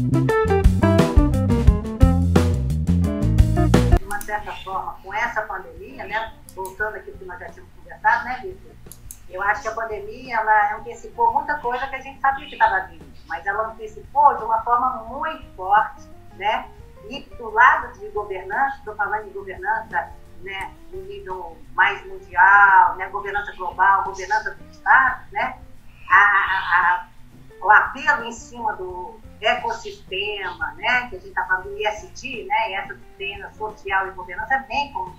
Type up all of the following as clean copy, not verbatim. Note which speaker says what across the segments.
Speaker 1: De uma certa forma, com essa pandemia, né, voltando aqui ao que nós já tínhamos conversado, né, Vitor? Eu acho que a pandemia, ela antecipou muita coisa que a gente sabia que estava vindo, mas ela antecipou de uma forma muito forte, né? E do lado de governança, estou falando de governança, né, no nível mais mundial, né, governança global, governança do Estado, né? O apelo em cima do ecossistema, né, que a gente está falando do ISD, né, ecossistema social e governança, é bem comum.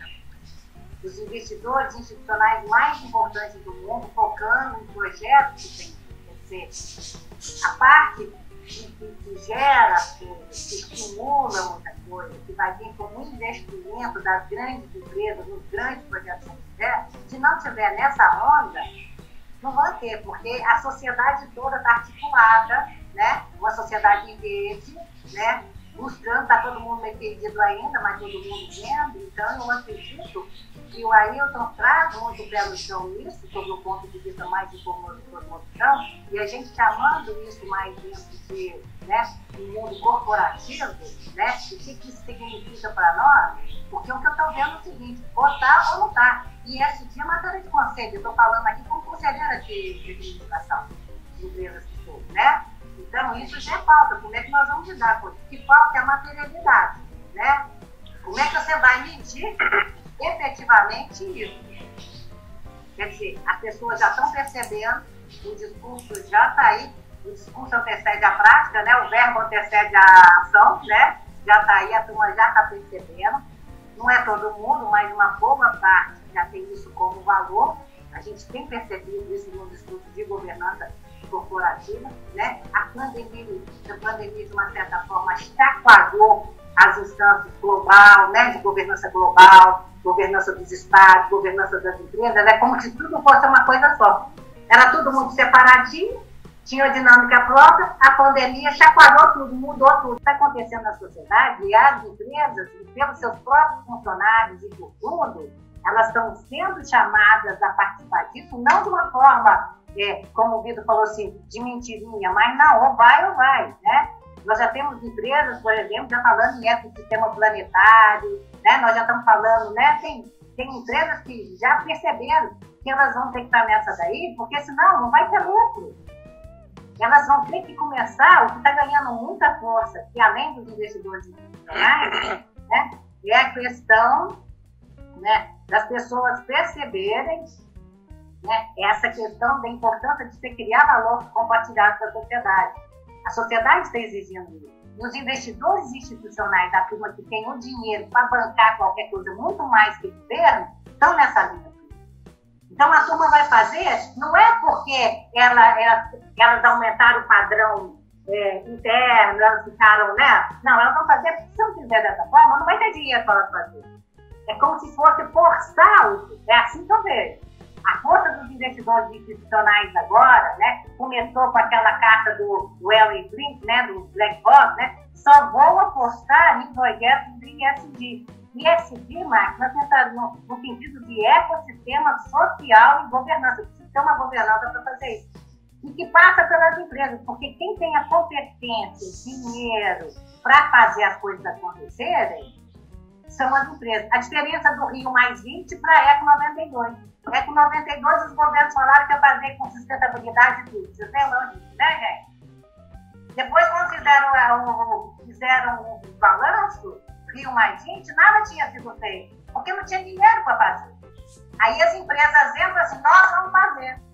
Speaker 1: Os investidores institucionais mais importantes do mundo focando em projetos que tem, quer dizer, a parte que gera coisas, que estimula muita coisa, que vai vir como investimento das grandes empresas, nos grandes projetos que tiver, se não tiver nessa onda, não vai ter, porque a sociedade toda está articulada, né? Uma sociedade em rede, né? Buscando, está todo mundo meio perdido ainda, mas todo mundo vendo. Então, eu acredito que o Ailton traz muito pé no chão nisso, sob o ponto de vista mais de promoção, e a gente chamando isso mais dentro de, né, do mundo corporativo, né? O que isso significa para nós? Porque o que eu estou vendo é o seguinte, ou está ou não está. E esse dia é matéria de conselho, eu estou falando aqui como conselheira de administração de empresas que sou, né? Então, isso já é falta. Como é que nós vamos lidar com isso? O que falta é a materialidade, né? Como é que você vai medir efetivamente isso? Quer dizer, as pessoas já estão percebendo, o discurso já está aí, o discurso antecede a prática, né? O verbo antecede a ação, né? Já está aí, a turma já está percebendo. Não é todo mundo, mas uma boa parte já tem isso como valor. A gente tem percebido isso no discurso de governança corporativa, né? A pandemia, de uma certa forma, chacoalhou as instâncias global, né? De governança global, governança dos estados, governança das empresas, é como se tudo fosse uma coisa só. Era todo mundo separadinho, tinha a dinâmica própria, a pandemia chacoalhou tudo, mudou tudo. O que está acontecendo na sociedade, e as empresas, e pelos seus próprios funcionários e por tudo, elas estão sendo chamadas a participar disso, não de uma forma, como o Vitor falou assim, de mentirinha, mas não, ou vai, né? Nós já temos empresas, por exemplo, já falando em ecossistema planetário, né? Nós já estamos falando, né? Tem empresas que já perceberam que elas vão ter que estar nessa daí, porque senão não vai ter lucro. Elas vão ter que começar, o que está ganhando muita força, que além dos investidores institucionais, né? É a questão, né, das pessoas perceberem, né, essa questão da importância de se criar valor compartilhado para a sociedade. A sociedade está exigindo isso. E os investidores institucionais, da turma que tem o dinheiro para bancar qualquer coisa, muito mais que o governo, estão nessa linha. Então, a turma vai fazer, não é porque elas aumentaram o padrão interno, elas ficaram, né? Não, elas vão fazer, porque se não fizer dessa forma, não vai ter dinheiro para elas fazer. É como se fosse forçar o... É assim que eu vejo. A força dos investidores institucionais agora, né, começou com aquela carta do Ellie Blink, né, do Black Box, né, só vão apostar em projetos de ESG. ESG, Marcos, nós pensamos no sentido de ecossistema social e governança. Precisa ter uma governança para fazer isso. E que passa pelas empresas, porque quem tem a competência, dinheiro para fazer as coisas acontecerem, são as empresas. A diferença do Rio mais 20 para a Eco 92. Eco 92, os governos falaram que ia fazer com sustentabilidade e tudo. Vocês lembram disso, né, gente? Depois, quando fizeram o balanço, Rio mais 20, nada tinha sido feito, porque não tinha dinheiro para fazer. Aí as empresas entram assim, nós vamos fazer.